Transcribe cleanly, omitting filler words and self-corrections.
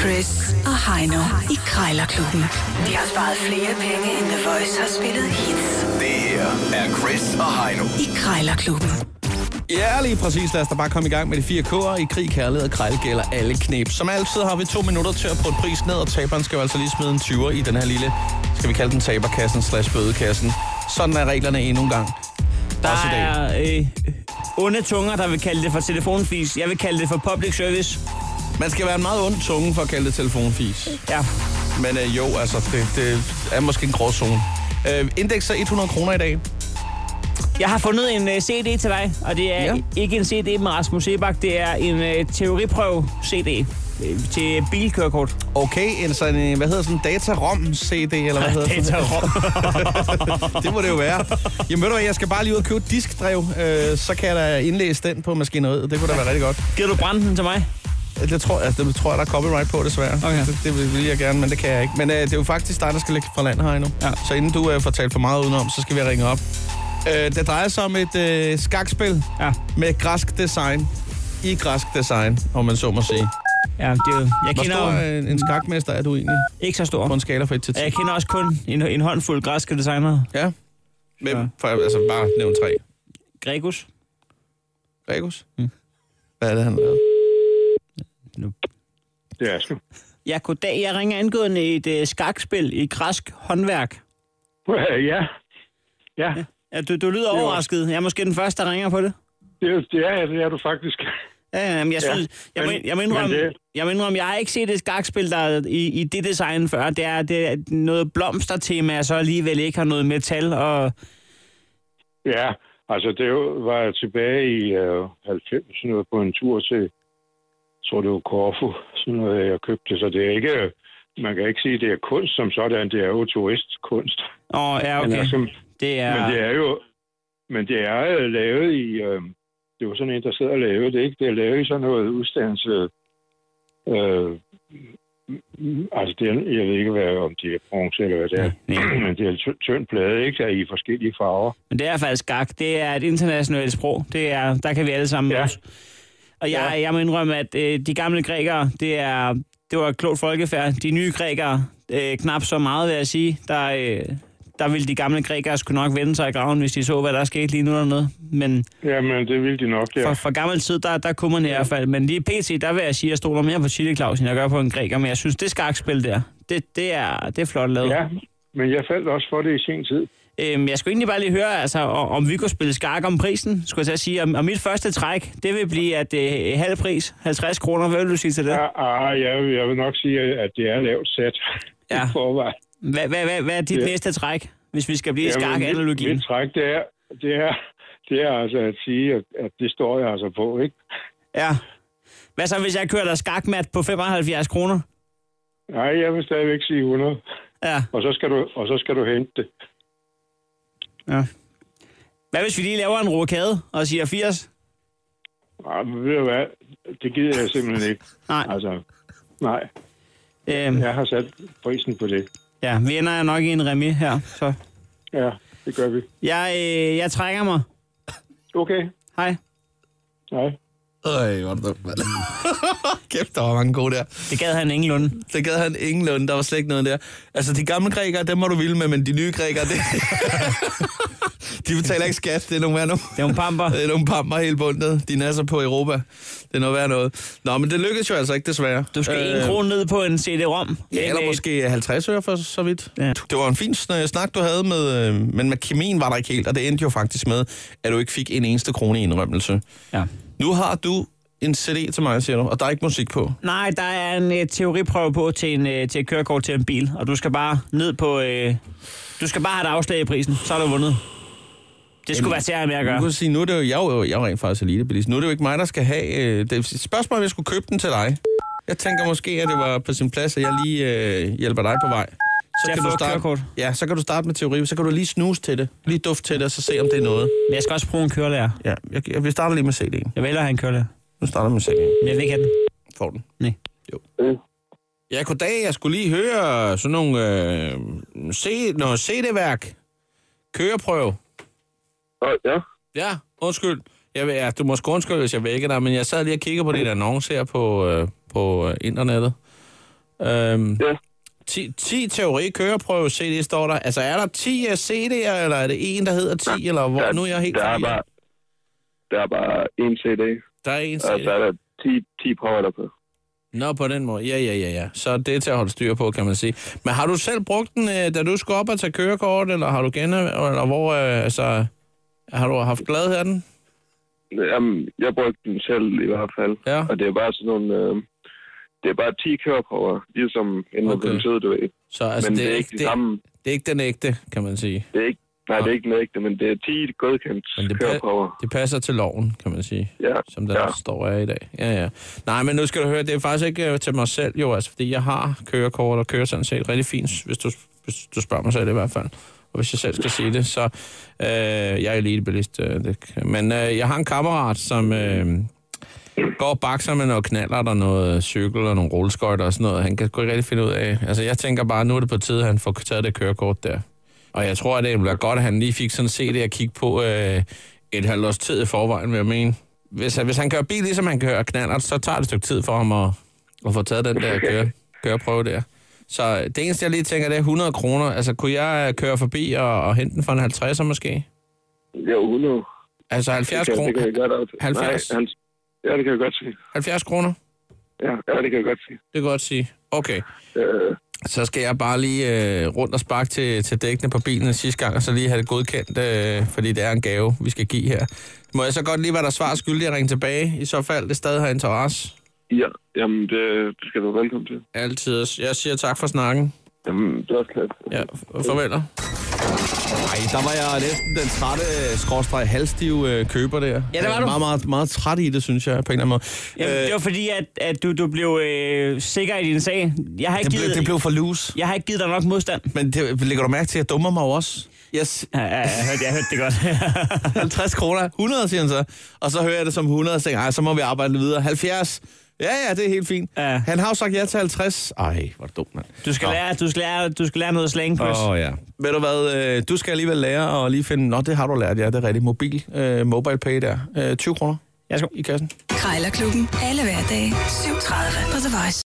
Chris og Heino i Krejlerklubben. De har sparet flere penge, end The Voice har spillet hits. Det her er Chris og Heino i Krejlerklubben. Ja, lige præcis. Lad os da bare komme i gang med de 4 K'er. I krig, kærlighed og krejl gælder alle knep. Som altid har vi 2 minutter til at putte pris ned, og taberen skal jo altså lige smide en 20'er i den her lille, skal vi kalde den taberkassen / bødekassen. Sådan er reglerne endnu en gang. Der er onde tunger, der vil kalde det for telefonfis. Jeg vil kalde det for public service. Man skal være en meget ond tunge for at kalde det telefonfis. Ja. Men jo, altså, det er måske en gråzone. Indeks er 100 kroner i dag. Jeg har fundet en CD til dig, og det er ikke en CD med Rasmus Sebak, det er en teoriprøve-CD til bilkørekort. Okay, sådan en, hvad hedder sådan en datarom-CD, eller hvad hedder det? Datarom. Det må det jo være. Jamen ved du hvad, jeg skal bare lige ud og købe et diskdrev, så kan jeg da indlæse den på maskineriet. Det kunne da være rigtig godt. Giver du brænde den til mig? Det tror jeg, der er copyright på, desværre. Okay. Det vil jeg gerne, men det kan jeg ikke. Men det er jo faktisk dig, der skal ligge fra land her endnu. Ja. Så inden du får talt for meget udenom, så skal vi ringe op. Det drejer sig om et skakspil med græsk design. I græsk design, om man så må sige. Ja, det er jo... Hvor stor en skakmester er du egentlig? Ikke så stor. På en skala fra 1 til 10. Jeg kender også kun en håndfuld græske designere. Ja. Hvem? Altså bare nævn 3. Gregus. Gregus? Hvad er det, han lavede? Det er sgu. Ja, goddag. Jeg ringer angående et skakspil i græsk håndværk. Ja. Ja, du lyder overrasket. Jeg er måske den første, der ringer på det. Det er du faktisk. Ja, men jeg må indrømme, jeg har ikke set et skakspil, der i det design før. Det er noget blomstertema, så alligevel ikke har noget metal og... Ja, altså det var jeg tilbage i 90'erne på en tur til, jeg tror det var Korfu, sådan noget, jeg købte. Så det er ikke, man kan ikke sige, at det er kunst som sådan, det er jo turistkunst. Ja, okay. Men det er lavet i... Det var sådan en, der sidder og lavede det, ikke? Det er lavet i sådan noget udstandelse... altså, jeg ved ikke, om det er bronze eller hvad det er. Men det er tynd plade, ikke? Der er i forskellige farver. Men det er faktisk skak. Det er et internationalt sprog. Der kan vi alle sammen mødes. Og jeg må indrømme, at de gamle grækere, det var et klogt folkefærd. De nye grækere, knap så meget, vil jeg sige. Der ville de gamle grækere skulle nok vende sig i graven, hvis de så, hvad der skete lige nu eller noget. Men jamen, det ville de nok, ja. For gammel tid, der kunne man i hvert fald. Men lige pt, der vil jeg sige, at jeg stoler mere på Chili Claus, end jeg gør på en græker. Men jeg synes, det skakspil der, det er flot lavet. Ja, men jeg faldt også for det i sin tid. Jeg skulle egentlig bare lige høre, altså, om vi kunne spille skak om prisen, skulle jeg til at sige. Og mit første træk, det vil blive, at det er halv pris, 50 kroner. Hvad vil du sige til det? Jeg vil nok sige, at det er lavt sat i forvejen. Hvad er dit næste træk, hvis vi skal blive i skak-analogien? Mit træk, det er altså at sige, at det står jeg altså på, ikke? Ja. Hvad så, hvis jeg kører der skakmat på 75 kroner? Nej, jeg vil stadigvæk sige 100. Ja. Og så skal du hente det. Ja. Hvad hvis vi lige laver en rokade og siger 80? Nej, men ved du hvad? Det gider jeg simpelthen ikke. Nej. Altså, nej. Jeg har sat prisen på det. Ja, vi ender nok i en remis her, så... Ja, det gør vi. Jeg trækker mig. Okay. Hej. Hej. Øj, hvor er det dumt, mand. Kæft, der var mange gode der. Det gad han ingenlunde. Der var slet ikke noget der. Altså, de gamle grækere, dem må du vilde med, men de nye grækere, de betaler ikke skat. Det er nogle værd nu. Det er nogle pamper. Det er nogle pamper helt bundet. De nasser på Europa. Det er noget værd noget. Nå, men det lykkedes jo altså ikke, desværre. Du skal 1 krone ned på en CD-ROM. Ja, eller måske 50 øre for så vidt. Ja. Det var en fin snak, du havde med... men med kemien var der ikke helt, og det endte jo faktisk med, at du ikke fik en eneste krone i indrømmelse. Ja. Nu har du en CD til mig, siger du, og der er ikke musik på. Nej, der er en teoriprøve på til et kørekort til en bil, og du skal bare ned på... du skal bare have et afslag i prisen, så er du vundet. Det skulle være særligt med at gøre. Du kan sige, nu er det jo, jeg er rent faktisk elitebilist. Nu er det jo ikke mig, der skal have... det er et spørgsmål, om jeg skulle købe den til dig. Jeg tænker måske, at det var på sin plads, at jeg lige hjælper dig på vej. Så kan du starte, så kan du starte med teori, så kan du lige snuse til det, lige dufte til det, og så se, om det er noget. Men jeg skal også prøve en kørelærer. Ja, vi starter lige med CD'en. Jeg vælger at have en kørelærer. Nu starter med CD'en. Men jeg vil ikke have den. Får den? Nej. Jo. Ja, goddag. Jeg skulle lige høre sådan nogle noget CD-værk. Køreprøve. Ja. Ja, undskyld. Du må undskylde, hvis jeg vækker dig, men jeg sad lige og kigger på det annonce her på internettet. Ja. 10 teori-køreprøve CD står der. Altså, er der 10 CD'er, eller er det en, der hedder 10, eller hvor? Nu er jeg helt færdig. Der er bare en CD. Der er en CD. Og så er der 10 prøver der på. Nå, på den måde. Ja. Så det er til at holde styr på, kan man sige. Men har du selv brugt den, da du skulle op og tage kørekort, eller har du eller hvor, har du haft glæde af den? Jamen, jeg brugte den selv i hvert fald. Ja. Og det er bare sådan nogle... det er bare 10 køreprøver, ligesom inden Okay. den tid, du ved. Så altså, men det er ikke det samme. Det er ikke den ægte, kan man sige. Det er ikke, nej, det er ikke den ægte, men det er 10 godkendt køreprøver. Det passer til loven, kan man sige. Ja. Som der står af i dag. Ja. Nej, men nu skal du høre, det er faktisk ikke til mig selv, jo, altså, fordi jeg har kørekort og kører sådan set rigtig fint, hvis du spørger mig selv i hvert fald. Og hvis jeg selv skal sige det, så jeg er elitebilist. Men jeg har en kammerat, som går og bakser med noget knallert og noget cykel og nogle rulleskøjter og sådan noget. Han kan sgu ikke rigtig finde ud af. Altså, jeg tænker bare, nu er det på tide, at han får taget det kørekort der. Og jeg tror, at det ville være godt, at han lige fik sådan en CD at kigge på et halvt års tid i forvejen, vil jeg mene. Hvis han kører bil, ligesom han kører knallert, så tager det et stykke tid for ham at få taget den der køreprøve der. Så det eneste, jeg lige tænker, det er 100 kroner. Altså, kunne jeg køre forbi og hente den for en 50'er måske? Ja, 100. Altså 70 kroner? Det kan jeg godt 70? Nej, ja, det kan jeg godt sige. 70 kroner? Ja, det kan jeg godt sige. Det kan godt sige. Okay. Så skal jeg bare lige rundt og sparke til dækkene på bilen sidste gang, og så lige have det godkendt, fordi det er en gave, vi skal give her. Må jeg så godt lige være der svar skyldig at ringe tilbage, i så fald det stadig har interesse? Ja, jamen det skal du velkommen til. Altid. Jeg siger tak for snakken. Jamen, det er også klart. Ja, farvel. Ej, der var jeg næsten den trætte, halvstive køber der. Ja, det var du. Meget, meget, meget træt i det, synes jeg, på en eller anden måde. Jamen, det var fordi, at du blev sikker i din sag. Det blev for loose. Jeg har ikke givet dig nok modstand. Men lægger du mærke til, at jeg dummer mig også? Yes. Ja, jeg hørte det godt. 50 kroner. 100, siger han så. Og så hører jeg det som 100, og tænker, så må vi arbejde videre. 70. Ja, det er helt fint. Ja. Han har jo sagt ja til 50. Ej, hvor er det dumt, mand. Du skal lære noget slang, Chris. Ja. Ved du hvad, du skal alligevel lære at lige finde, det har du lært, ja, det er rigtigt. Mobile pay der. 20 kroner. Værsgo. I kassen. Krejlerklubben. Alle hverdage. 7:30 på The Voice.